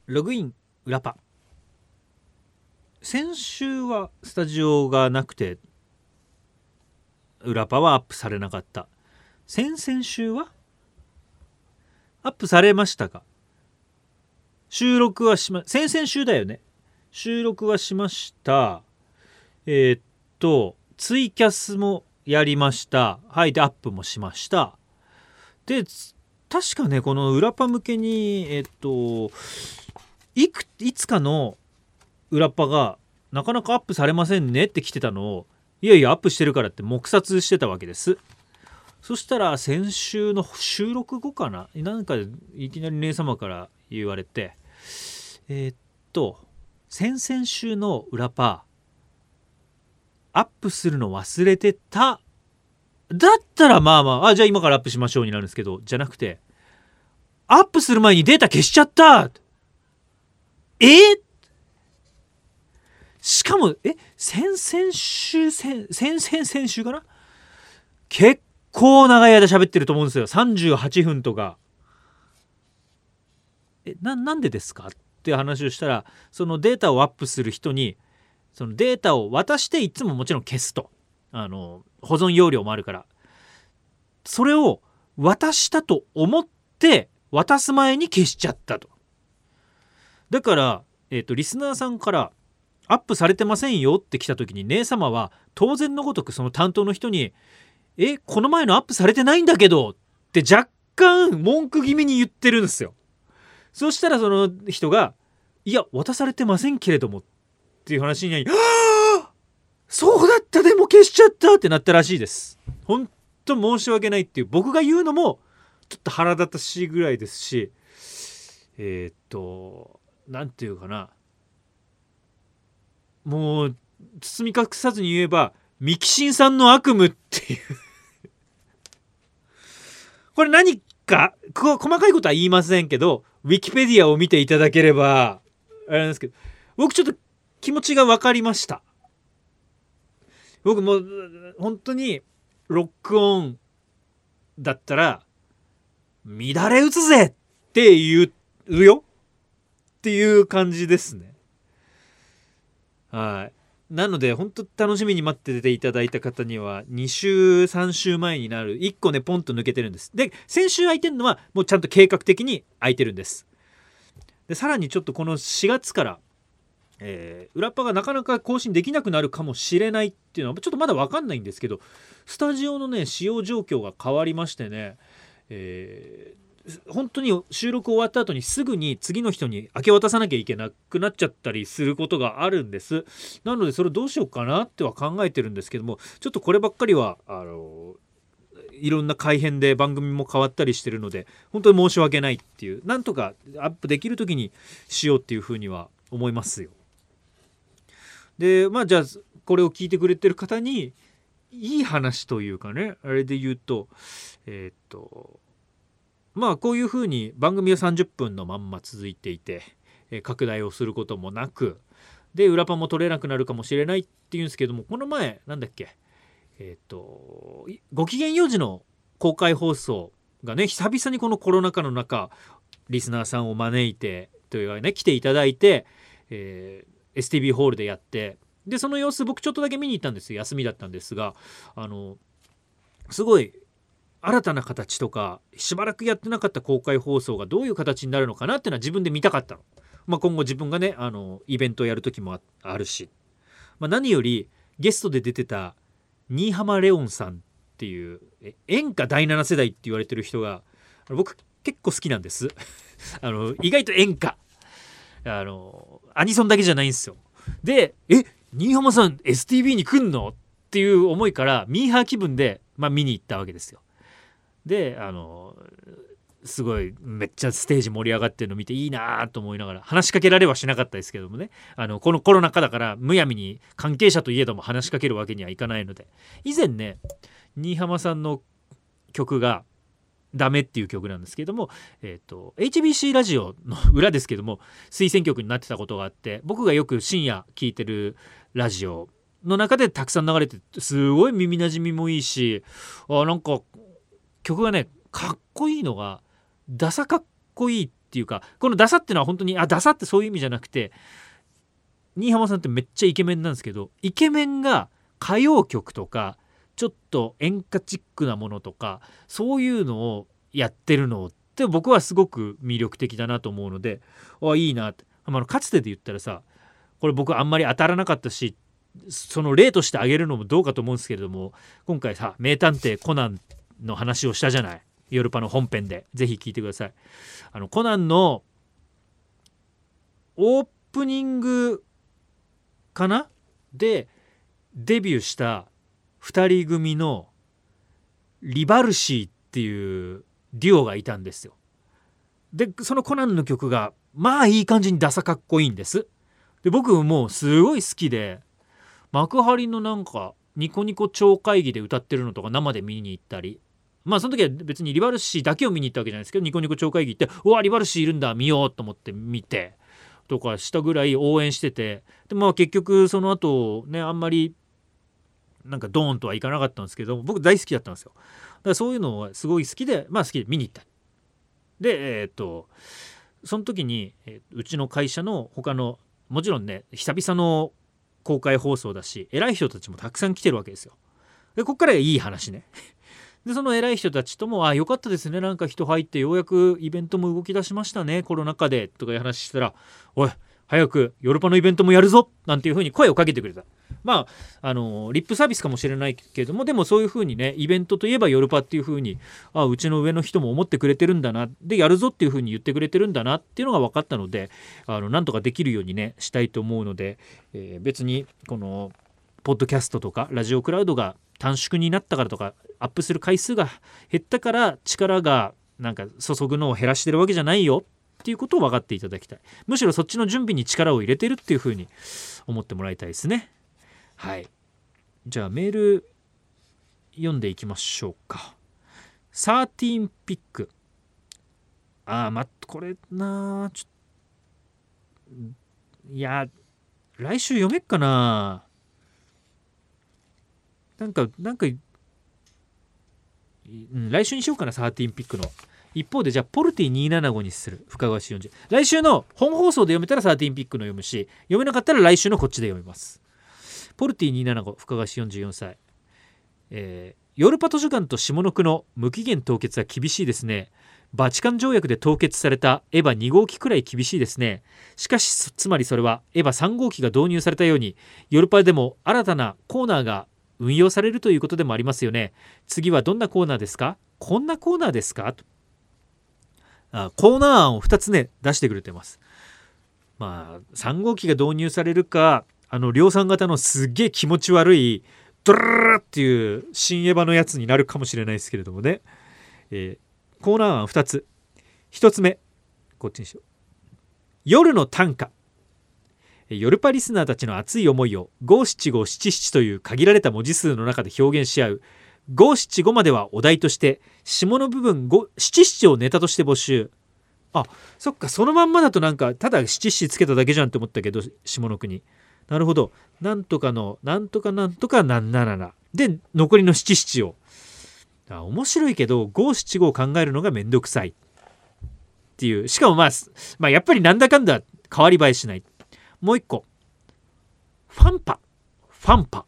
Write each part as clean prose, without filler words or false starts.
ログイン裏パ。先週はスタジオがなくて裏パはアップされなかった。先々週はアップされましたか？収録は先々週だよね。収録はしました。ツイキャスもやりました。はい。でアップもしました。で確かね、この裏パ向けにいつかの裏パがなかなかアップされませんねって来てたのを、いやいやアップしてるからって黙殺してたわけです。そしたら先週の収録後かな、なんかいきなり姉様から言われて、先々週の裏パアップするの忘れてた、だったらまあじゃあ今からアップしましょうになるんですけど、じゃなくてアップする前にデータ消しちゃった。しかも先々週かな、結構長い間喋ってると思うんですよ。38分とか。なんでですかって話をしたら、そのデータをアップする人にそのデータを渡して、いつももちろん消すと、保存容量もあるから、それを渡したと思って渡す前に消しちゃったと。だから、リスナーさんからアップされてませんよって来た時に、姉様は当然のごとくその担当の人にこの前のアップされてないんだけどって若干文句気味に言ってるんですよ。そしたらその人が、いや渡されてませんけれどもっていう話になり、そうだった、でも消しちゃったってなったらしいです。本当申し訳ないっていう、僕が言うのもちょっと腹立たしいぐらいですし、なんていうかな、もう包み隠さずに言えばミキシンさんの悪夢っていうこれ何か細かいことは言いませんけど、ウィキペディアを見ていただければあれなんですけど、僕ちょっと気持ちが分かりました。僕も本当にロックオンだったら乱れ打つぜって言うよっていう感じですね。はい。なので本当楽しみに待ってていただいた方には、2週3週前になる1個ねポンと抜けてるんです。で先週空いてるのはもうちゃんと計画的に空いてるんです。でさらにちょっとこの4月から、裏っ端がなかなか更新できなくなるかもしれないっていうのはちょっとまだ分かんないんですけど、スタジオのね使用状況が変わりましてね、本当に収録終わった後にすぐに次の人に明け渡さなきゃいけなくなっちゃったりすることがあるんです。なのでそれどうしようかなっては考えてるんですけども、ちょっとこればっかりはいろんな改変で番組も変わったりしてるので、本当に申し訳ないっていう、なんとかアップできる時にしようっていうふうには思いますよ。でじゃあこれを聞いてくれてる方にいい話というかね、あれで言うとこういう風に番組は30分のまんま続いていて、拡大をすることもなく、で裏パンも取れなくなるかもしれないっていうんですけども、この前なんだっけ、ご機嫌4時の公開放送がね、久々にこのコロナ禍の中リスナーさんを招いてというかね、来ていただいて、STB ホールでやって、でその様子僕ちょっとだけ見に行ったんですよ。休みだったんですが、すごい新たな形とか、しばらくやってなかった公開放送がどういう形になるのかなっていうのは自分で見たかったの。今後自分がねイベントをやる時もあるし、何よりゲストで出てた新浜レオンさんっていう演歌第7世代って言われてる人が僕結構好きなんです意外と演歌アニソンだけじゃないんですよ。で新浜さん STB に来んのっていう思いからミーハー気分で、見に行ったわけですよ。ですごいめっちゃステージ盛り上がってるの見ていいなと思いながら、話しかけられはしなかったですけどもね、このコロナ禍だからむやみに関係者といえども話しかけるわけにはいかないので、以前ね新浜さんの曲がダメっていう曲なんですけども、HBC ラジオの裏ですけども推薦曲になってたことがあって、僕がよく深夜聴いてるラジオの中でたくさん流れて、すごい耳なじみもいいし、なんか曲がねかっこいいのがダサかっこいいっっていうか、このダサってのは本当にダサってそういう意味じゃなくて、新浜さんってめっちゃイケメンなんですけど、イケメンが歌謡曲とかちょっと演歌チックなものとかそういうのをやってるのって僕はすごく魅力的だなと思うので、いいなって。かつてで言ったらさ、これ僕あんまり当たらなかったし、その例として挙げるのもどうかと思うんですけれども、今回さ名探偵コナンの話をしたじゃない、ヨルパの本編で。ぜひ聞いてください。コナンのオープニングかなでデビューした2人組のリバルシーっていうデュオがいたんですよ。でそのコナンの曲がまあいい感じにダサかっこいいんです。で僕もうすごい好きで、幕張のなんかニコニコ超会議で歌ってるのとか生で見に行ったり、その時は別にリバルシーだけを見に行ったわけじゃないですけど、ニコニコ超会議行って、うわリバルシーいるんだ見ようと思って見てとかしたぐらい応援してて、で結局その後ね、あんまりなんかドーンとはいかなかったんですけど、僕大好きだったんですよ。だからそういうのはすごい好きで、好きで見に行った。でその時に、うちの会社の他の、もちろんね久々の公開放送だし偉い人たちもたくさん来てるわけですよ。でこっからいい話ね。でその偉い人たちとも良かったですね、なんか人入ってようやくイベントも動き出しましたねコロナ禍でとかいう話したら、おい早くヨルパのイベントもやるぞなんていう風に声をかけてくれた。リップサービスかもしれないけれども、でもそういう風にね、イベントといえばヨルパっていう風にうちの上の人も思ってくれてるんだな、でやるぞっていう風に言ってくれてるんだなっていうのが分かったので、なんとかできるようにねしたいと思うので、別にこのポッドキャストとかラジオクラウドが短縮になったからとかアップする回数が減ったから力がなんか注ぐのを減らしてるわけじゃないよっていうことを分かっていただきたい。むしろそっちの準備に力を入れてるっていう風に思ってもらいたいですね。はい、じゃあメール読んでいきましょうか。13ピック、これなちょっと、いや来週読めっかな。なんか、来週にしようかな、13ピックの。一方でじゃあポルティ275にする深川市40。来週の本放送で読めたら13ピックの読むし、読めなかったら来週のこっちで読みます。ポルティ275深川市44歳、ヨルパ図書館と下の句の無期限凍結は厳しいですね。バチカン条約で凍結されたエヴァ2号機くらい厳しいですね。しかしつまりそれはエヴァ3号機が導入されたようにヨルパでも新たなコーナーが運用されるということでもありますよね。次はどんなコーナーですか？こんなコーナーですか？コーナー案を2つね出してくれてます。3号機が導入されるか、量産型のすっげえ気持ち悪いドラララっていう新エヴァのやつになるかもしれないですけれどもね、コーナー案2つ。1つ目こっちにしよう。夜の短歌。ヨルパリスナーたちの熱い思いを五七五七七という限られた文字数の中で表現し合う五七五まではお題として、下の部分七七をネタとして募集。そっか、そのまんまだとなんかただ七七つけただけじゃんって思ったけど、下の句に。なるほど、なんとかのなんとかなんとかなんならなで残りの七七を。面白いけど五七五を考えるのがめんどくさいっていう。しかもやっぱりなんだかんだ変わり映えしない。もう一個、ファンパ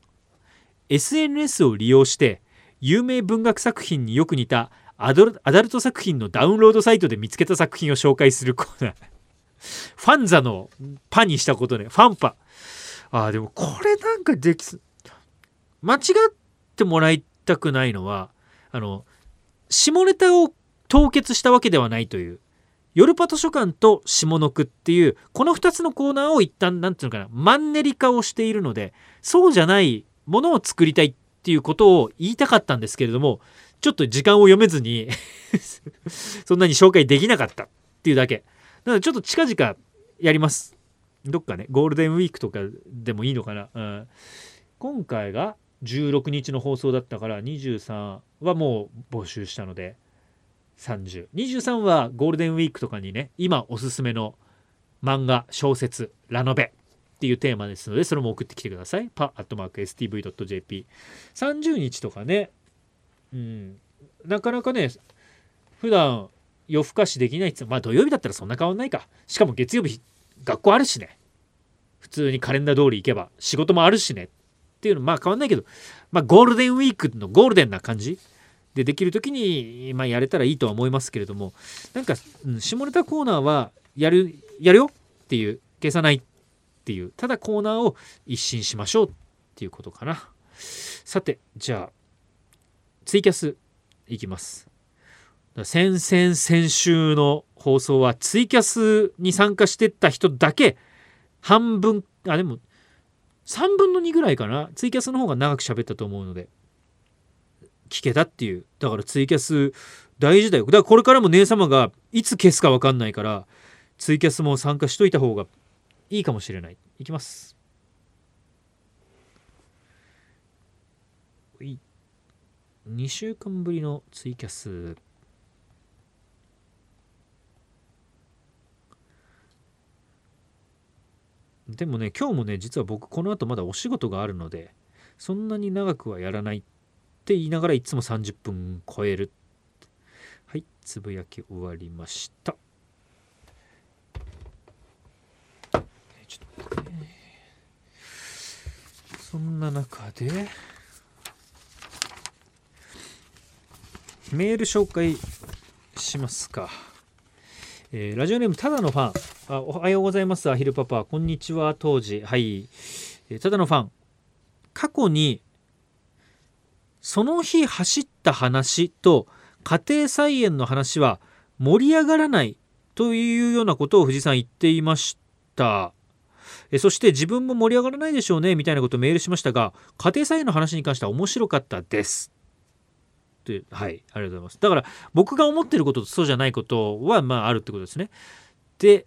SNS を利用して有名文学作品によく似たアダルト作品のダウンロードサイトで見つけた作品を紹介するコーナー。ファンザのパにしたことね、ファンパ。でもこれなんかでき間違ってもらいたくないのは、下ネタを凍結したわけではないという、ヨルパ図書館と下の句っていうこの2つのコーナーを一旦なんていうのかな、マンネリ化をしているので、そうじゃないものを作りたいっていうことを言いたかったんですけれども、ちょっと時間を読めずにそんなに紹介できなかったっていうだけなので、ちょっと近々やります。どっかね、ゴールデンウィークとかでもいいのかな、今回が16日の放送だったから23はもう募集したので、30、23はゴールデンウィークとかにね、今おすすめの漫画小説ラノベっていうテーマですので、それも送ってきてください。pa@stv.jp。 30日とかね、なかなかね普段夜更かしできないって言っても、まあ土曜日だったらそんな変わんないか。しかも月曜日学校あるしね、普通にカレンダー通り行けば仕事もあるしねっていうのまあ変わんないけど、まあゴールデンウィークのゴールデンな感じでできる時に、まあ、やれたらいいとは思いますけれども、なんか、下ネタコーナーはやるよっていう、消さないっていう、ただコーナーを一新しましょうっていうことかな。さて、じゃあツイキャスいきます。先週の放送はツイキャスに参加してった人だけ半分、でも3分の2ぐらいかな、ツイキャスの方が長く喋ったと思うので聞けたっていう。だからツイキャス大事だよ。だからこれからも姉様がいつ消すか分かんないから、ツイキャスも参加しといた方がいいかもしれない。いきます。2週間ぶりのツイキャス。でもね、今日もね、実は僕この後まだお仕事があるので、そんなに長くはやらないって言いながらいつも30分超える。はい、つぶやき終わりました。ちょっとね、そんな中でメール紹介しますか。ラジオネームただのファン。おはようございます。アヒルパパ、こんにちは。当時、はい、ただのファン。過去にその日走った話と家庭菜園の話は盛り上がらないというようなことを藤さん言っていました。そして自分も盛り上がらないでしょうねみたいなことをメールしましたが、家庭菜園の話に関しては面白かったです。はい、ありがとうございます。だから僕が思ってることとそうじゃないことはまああるってことですね。で、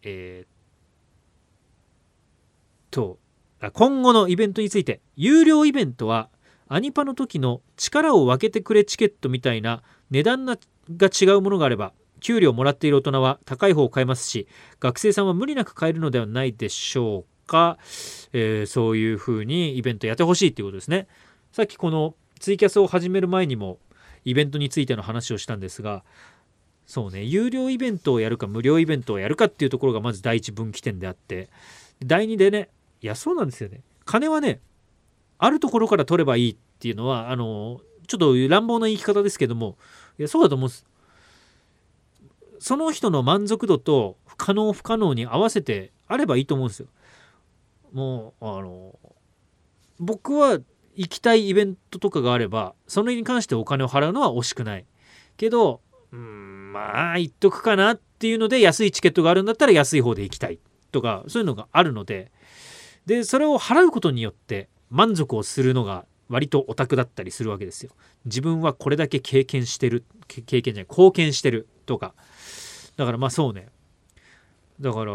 今後のイベントについて、有料イベントはアニパの時の力を分けてくれチケットみたいな値段が違うものがあれば、給料もらっている大人は高い方を買えますし、学生さんは無理なく買えるのではないでしょうか。そういうふうにイベントやってほしいっていうことですね。さっきこのツイキャスを始める前にもイベントについての話をしたんですが、そうね、有料イベントをやるか無料イベントをやるかっていうところがまず第一分岐点であって、第二でね、いやそうなんですよね、金はねあるところから取ればいいっていうのはちょっと乱暴な言い方ですけども、いやそうだと思うんです。その人の満足度と可能不可能に合わせてあればいいと思うんですよ。もう僕は行きたいイベントとかがあればそれに関してお金を払うのは惜しくないけど、まあ行っとくかなっていうので、安いチケットがあるんだったら安い方で行きたいとか、そういうのがあるので、それを払うことによって満足をするのが割とオタクだったりするわけですよ。自分はこれだけ経験してる、貢献してるとか。だからまあそうね、だから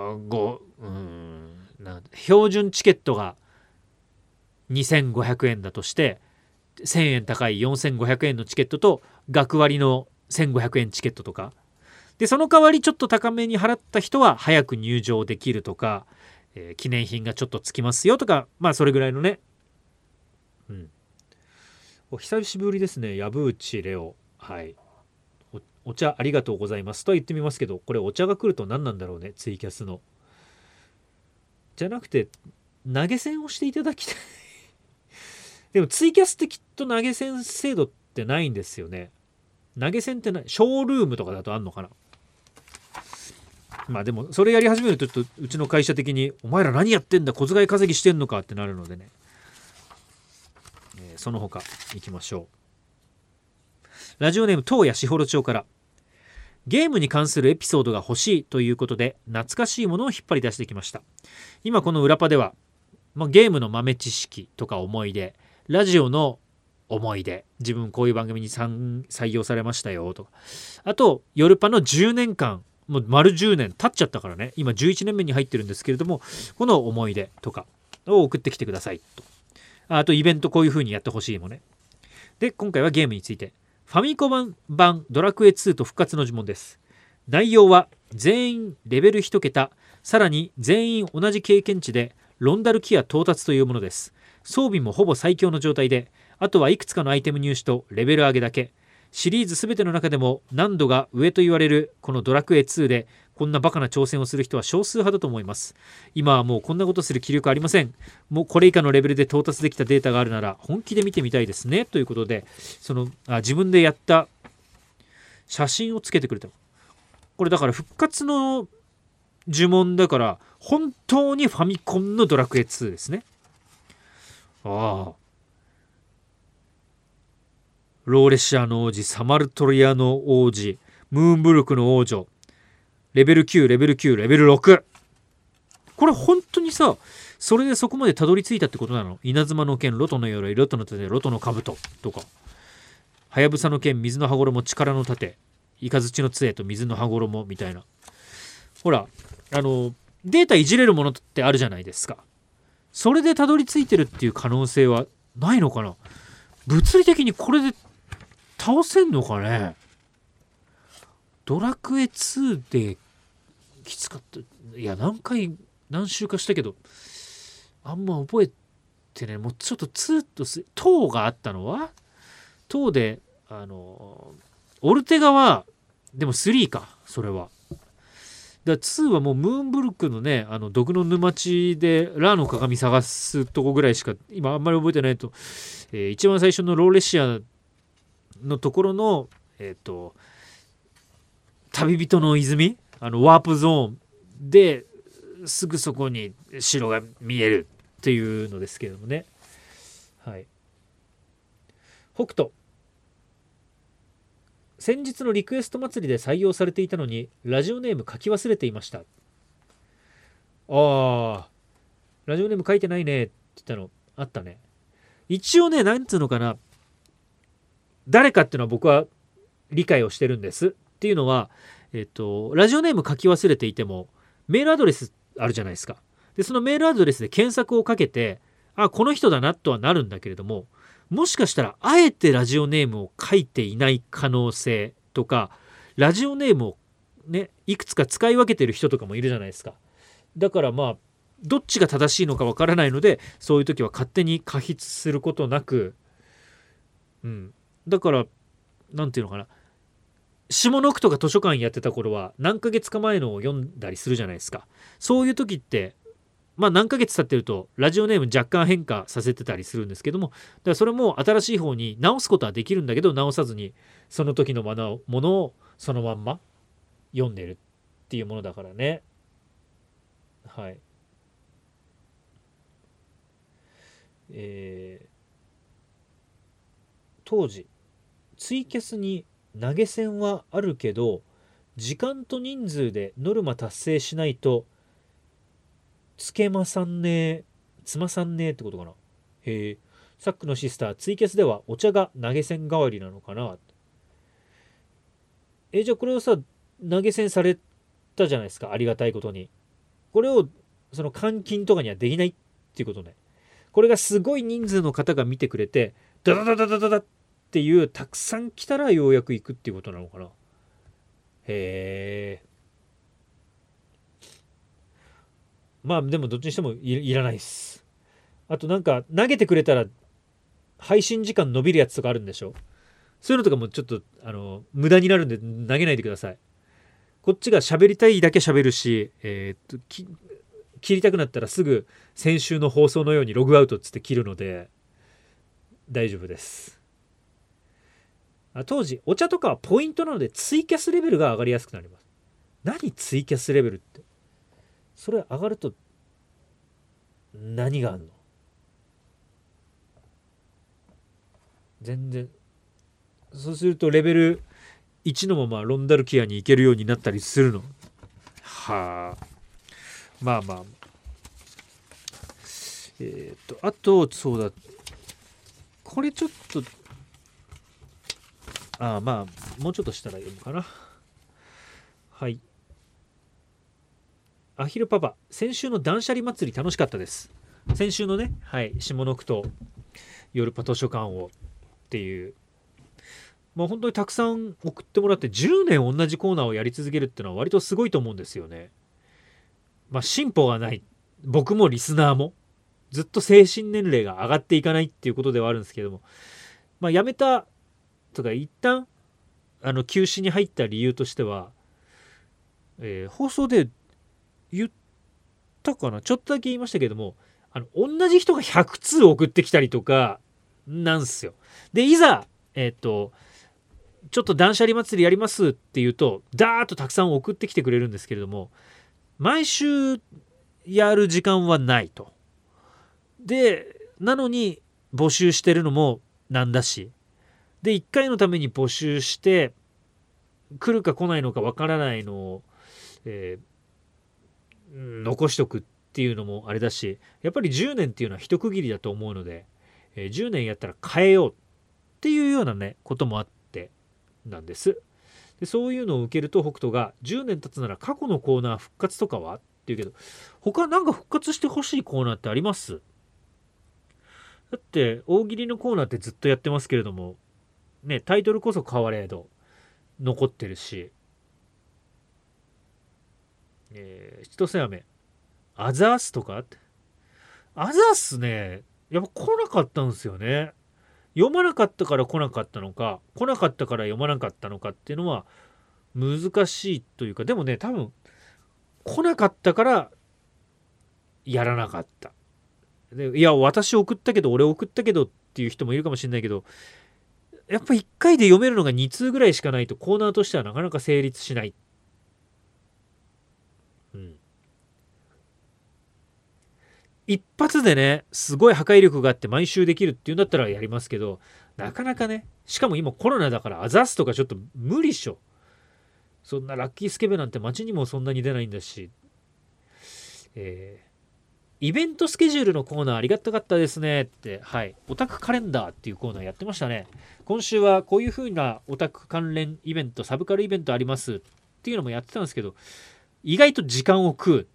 標準チケットが2500円だとして、1000円高い4500円のチケットと学割の1500円チケットとかで、その代わりちょっと高めに払った人は早く入場できるとか、記念品がちょっとつきますよとか、まあそれぐらいのね。お久しぶりですね、藪内レオ。はい、お茶ありがとうございますとは言ってみますけど、これお茶が来ると何なんだろうね、ツイキャスの。じゃなくて投げ銭をしていただきたいでもツイキャスってきっと投げ銭制度ってないんですよね。投げ銭ってない、ショールームとかだとあんのかな。まあでもそれやり始めるとちょっとうちの会社的にお前ら何やってんだ、小遣い稼ぎしてんのかってなるのでね、その他いきましょう。ラジオネーム東谷士幌町から、ゲームに関するエピソードが欲しいということで懐かしいものを引っ張り出してきました。今この裏パでは、ゲームの豆知識とか思い出、ラジオの思い出、自分こういう番組に採用されましたよとか、あと夜パの10年間、もう丸10年経っちゃったからね、今11年目に入ってるんですけれども、この思い出とかを送ってきてくださいと。あとイベントこういう風にやってほしいもね。で今回はゲームについて、ファミコン版ドラクエ2と復活の呪文です。内容は全員レベル1桁、さらに全員同じ経験値でロンダルキア到達というものです。装備もほぼ最強の状態で、あとはいくつかのアイテム入手とレベル上げだけ。 シリーズ全ての中でも難度が上と言われるこのドラクエ2でこんなバカな挑戦をする人は少数派だと思います。今はもうこんなことする気力ありません。もうこれ以下のレベルで到達できたデータがあるなら本気で見てみたいですね、ということで、自分でやった写真をつけてくれた。これだから復活の呪文だから本当にファミコンのドラクエ2ですね。ああ、ローレシアの王子、サマルトリアの王子、ムーンブルクの王女、レベル9レベル9レベル6。これ本当にさ、それでそこまでたどり着いたってことなの？稲妻の剣、ロトの鎧、ロトの盾、ロトの兜とか、はやぶさの剣、水の羽衣、力の盾、イカズチの杖と水の羽衣みたいな。ほら、データいじれるものってあるじゃないですか。それでたどり着いてるっていう可能性はないのかな。物理的にこれで倒せんのかね。ドラクエ2できつかった。いや、何週かしたけどあんま覚えてね。もうちょっと2と10があったのは10でオルテガはでも3か。それはだ2はもうムーンブルクのね、毒の沼地でラーの鏡探すとこぐらいしか今あんまり覚えてないと、一番最初のローレシアのところの旅人の泉、ワープゾーンですぐそこに城が見えるっていうのですけれどもね。はい。北斗、先日のリクエスト祭りで採用されていたのにラジオネーム書き忘れていました。ラジオネーム書いてないねって言ったのあったね。一応ね、なんつうのかな、誰かっていうのは僕は理解をしてるんです。っていうのは、ラジオネーム書き忘れていてもメールアドレスあるじゃないですか。でそのメールアドレスで検索をかけて、この人だなとはなるんだけれども、もしかしたらあえてラジオネームを書いていない可能性とか、ラジオネームをねいくつか使い分けてる人とかもいるじゃないですか。だからどっちが正しいのかわからないので、そういう時は勝手に過筆することなく、だからなんていうのかな、下の句とか図書館やってた頃は何ヶ月か前のを読んだりするじゃないですか。そういう時って何ヶ月経ってるとラジオネーム若干変化させてたりするんですけども、だからそれも新しい方に直すことはできるんだけど、直さずにその時のものをそのまんま読んでるっていうものだからね。はい。当時ツイキャスに投げ銭はあるけど時間と人数でノルマ達成しないとつけまさんねつまさんねってことかな。へえ。サックのシスター、ツイキャスではお茶が投げ銭代わりなのかな。じゃあこれをさ投げ銭されたじゃないですか、ありがたいことに。これをその換金とかにはできないっていうことね。これがすごい人数の方が見てくれてダダダダダダダっていうたくさん来たらようやく行くっていうことなのかな。へえ。でもどっちにしてもいらないです。あとなんか投げてくれたら配信時間伸びるやつとかあるんでしょ。そういうのとかもちょっと無駄になるんで投げないでください。こっちが喋りたいだけ喋るし、切りたくなったらすぐ先週の放送のようにログアウトっつって切るので大丈夫です。当時お茶とかはポイントなのでツイキャスレベルが上がりやすくなります。何ツイキャスレベルって。それ上がると何があんの？全然。そうするとレベル1のままロンダルキアに行けるようになったりするの。はあ。あとそうだ、これちょっともうちょっとしたら読むかな。はい。アヒルパパ、先週の断捨離祭り楽しかったです。先週のね、はい、下の句と夜パ図書館をっていう、本当にたくさん送ってもらって10年同じコーナーをやり続けるっていうのは割とすごいと思うんですよね。進歩がない、僕もリスナーもずっと精神年齢が上がっていかないっていうことではあるんですけども、やめたとか一旦休止に入った理由としては、放送で言ったかな、ちょっとだけ言いましたけども、同じ人が100通送ってきたりとかなんすよ。でいざちょっと断捨離祭りやりますっていうとダーッとたくさん送ってきてくれるんですけれども、毎週やる時間はないと。でなのに募集してるのもなんだし、で1回のために募集して来るか来ないのかわからないのを、残しとくっていうのもあれだし、やっぱり10年っていうのは一区切りだと思うので、10年やったら変えようっていうようなねこともあってなんです。でそういうのを受けると北斗が10年経つなら過去のコーナー復活とかはっていうけど、他なんか復活してほしいコーナーってあります？だって大喜利のコーナーってずっとやってますけれどもね、タイトルこそ変われど残ってるし、千歳飴アザースとかアザースね、やっぱ来なかったんですよね。読まなかったから来なかったのか、来なかったから読まなかったのかっていうのは難しいというか、でもね多分来なかったからやらなかった。でいや私送ったけど俺送ったけどっていう人もいるかもしれないけど、やっぱ1回で読めるのが2通ぐらいしかないとコーナーとしてはなかなか成立しない。うん、一発でねすごい破壊力があって毎週できるっていうんだったらやりますけど、なかなかね、しかも今コロナだからあざすとかちょっと無理っしょ。そんなラッキースケベなんて街にもそんなに出ないんだし、イベントスケジュールのコーナーありがたかったですねって、はい、オタクカレンダーっていうコーナーやってましたね。今週はこういう風なオタク関連イベント、サブカルイベントありますっていうのもやってたんですけど、意外と時間を食う。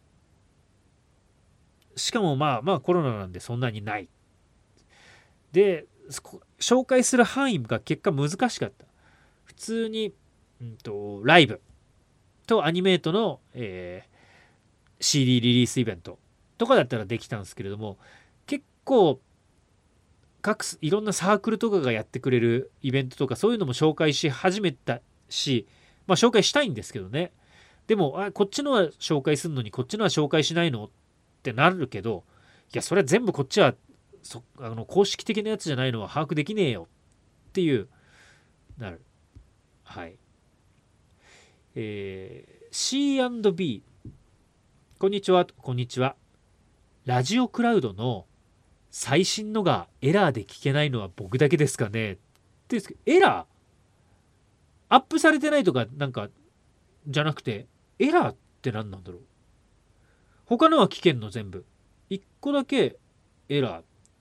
しかもまあまあコロナなんでそんなにない。で、紹介する範囲が結果難しかった。普通に、ライブとアニメートの、CD リリースイベントとかだったらできたんですけれども、結構いろんなサークルとかがやってくれるイベントとかそういうのも紹介し始めたし、まあ紹介したいんですけどね。でもこっちのは紹介するのにこっちのは紹介しないのってなるけど、いやそれは全部こっちは公式的なやつじゃないのは把握できねえよっていうなる。はい。C&B、 こんにちは。こんにちは。ラジオクラウドの最新のがエラーで聞けないのは僕だけですかねってエラーアップされてないとかなんかじゃなくて、エラーって何なんだろう。他のは聞けんの全部。1個だけエラ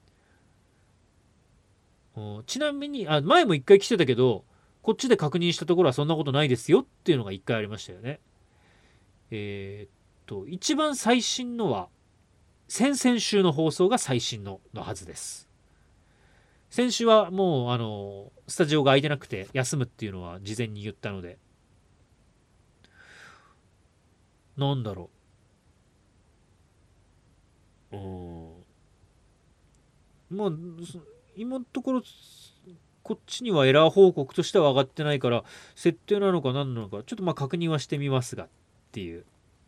ー。ちなみに前も1回来てたけど、こっちで確認したところはそんなことないですよっていうのが1回ありましたよね。一番最新のは先々週の放送が最新のはずです。先週はもうスタジオが空いてなくて休むっていうのは事前に言ったので、なんだろう、まあ今のところこっちにはエラー報告としては上がってないから、設定なのか何なのかちょっとまあ確認はしてみますがっていう。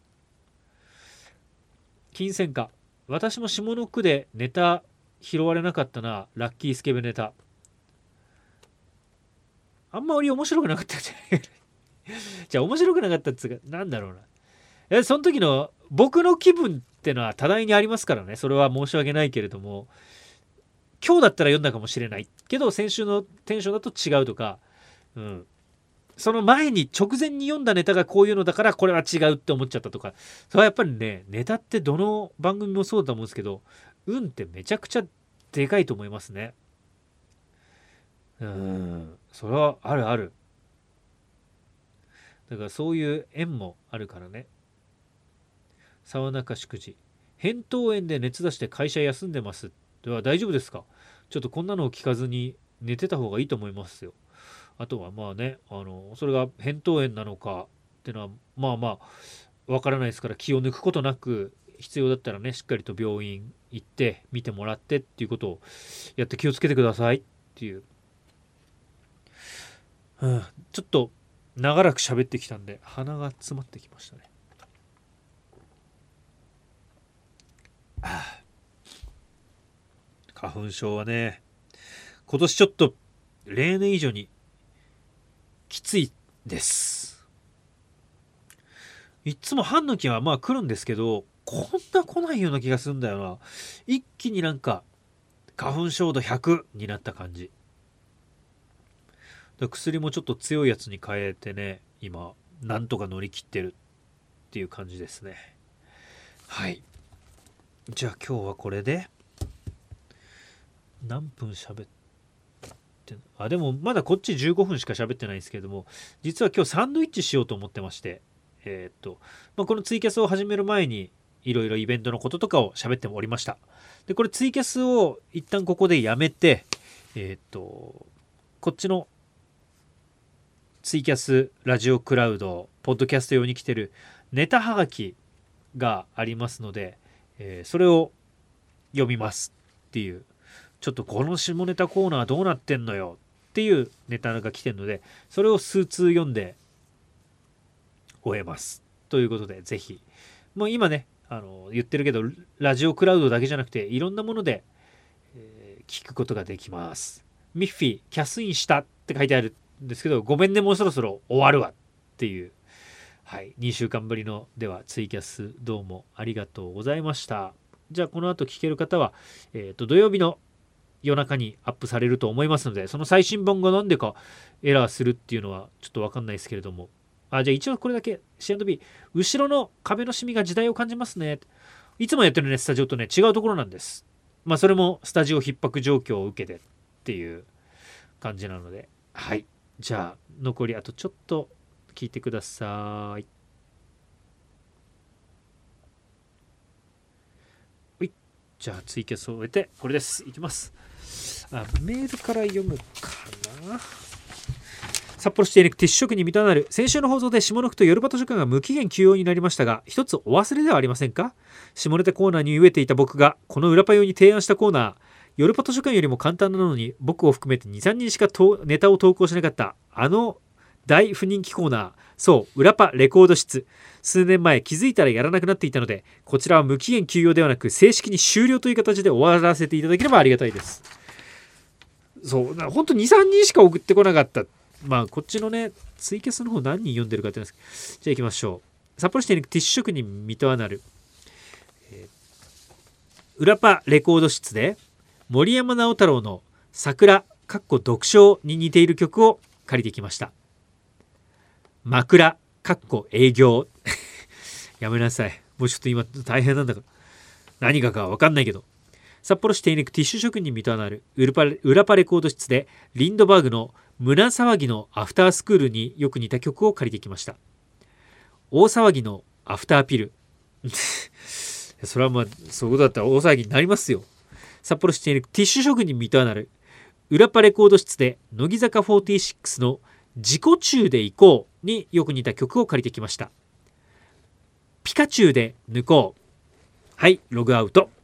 金銭化、私も下の句でネタ拾われなかったな。ラッキースケベネタあんまり面白くなかったんじゃないじゃあ面白くなかったっつうか、なんだろうな。その時の僕の気分ってのは多大にありますからね。それは申し訳ないけれども、今日だったら読んだかもしれないけど先週のテンションだと違うとか、その前に直前に読んだネタがこういうのだからこれは違うって思っちゃったとか、それはやっぱりね、ネタってどの番組もそうだと思うんですけど、運ってめちゃくちゃでかいと思いますね。それはあるある。だからそういう縁もあるからね。沢中祝辞、扁桃炎で熱出して会社休んでます。では大丈夫ですか？ちょっとこんなのを聞かずに寝てた方がいいと思いますよ。あとはまあね、それが扁桃炎なのかっていうのはまあまあわからないですから、気を抜くことなく必要だったらねしっかりと病院行って見てもらってっていうことをやって気をつけてくださいっていう。 ちょっと長らく喋ってきたんで鼻が詰まってきましたね。花粉症はね、今年ちょっと例年以上にきついです。いつも春の気はまあ来るんですけど、こんな来ないような気がするんだよな。一気になんか花粉症度100になった感じ。薬もちょっと強いやつに変えてね、今なんとか乗り切ってるっていう感じですね。はい。じゃあ今日はこれで何分喋ってでもまだこっち15分しか喋ってないんですけれども、実は今日サンドイッチしようと思ってまして、このツイキャスを始める前にいろいろイベントのこととかを喋っておりました。でこれツイキャスを一旦ここでやめて、こっちのツイキャス、ラジオクラウド、ポッドキャスト用に来てるネタはがきがありますので、それを読みますっていう、ちょっとこの下ネタコーナーどうなってんのよっていうネタが来てるので、それを数通読んで終えますということで、ぜひもう今ね言ってるけど、ラジオクラウドだけじゃなくていろんなもので、聞くことができます。ミッフィーキャスインしたって書いてあるんですけど、ごめんねもうそろそろ終わるわっていう、はい、2週間ぶりのではツイキャスどうもありがとうございました。じゃあこの後聞ける方は、土曜日の夜中にアップされると思いますので、その最新版が何でかエラーするっていうのはちょっと分かんないですけれども、じゃあ一応これだけ C&B、 後ろの壁のシミが時代を感じますね。いつもやってるねスタジオとね違うところなんです。それもスタジオ逼迫状況を受けてっていう感じなので、はい、じゃあ残りあとちょっと聞いてください。じゃあツイキャスを終えてこれです。いきます。メールから読むかな。札幌市定肉ティッシュ職人水戸なる、先週の放送で下の句と夜バト時間が無期限休養になりましたが、一つお忘れではありませんか。下ネタコーナーに飢えていた僕がこの裏パ用に提案したコーナー、夜バト時間よりも簡単なのに僕を含めて 2,3 人しかネタを投稿しなかった大不人気コーナー、そう裏パレコード室、数年前気づいたらやらなくなっていたので、こちらは無期限休養ではなく正式に終了という形で終わらせていただければありがたいです。そう本当 2,3 人しか送ってこなかった。こっちのねツイキャスの方何人読んでるかって言うんですけど、じゃあ行きましょう。札幌市定肉ティッシュ職人水戸はなる、裏パレコード室で森山直太朗の桜読書に似ている曲を借りてきました。枕営業やめなさい、もうちょっと今大変なんだから、何がか分かんないけど。札幌市定肉ティッシュ職人水戸はなる裏パレコード室でリンドバーグの胸騒ぎのアフタースクールによく似た曲を借りてきました。大騒ぎのアフターピルそれはそういうことだったら大騒ぎになりますよ。札幌市定肉ティッシュ職人水戸はなる裏パレコード室で乃木坂46の自己中で行こうによく似た曲を借りてきました。ピカチュウで抜こう。はい、ログアウト。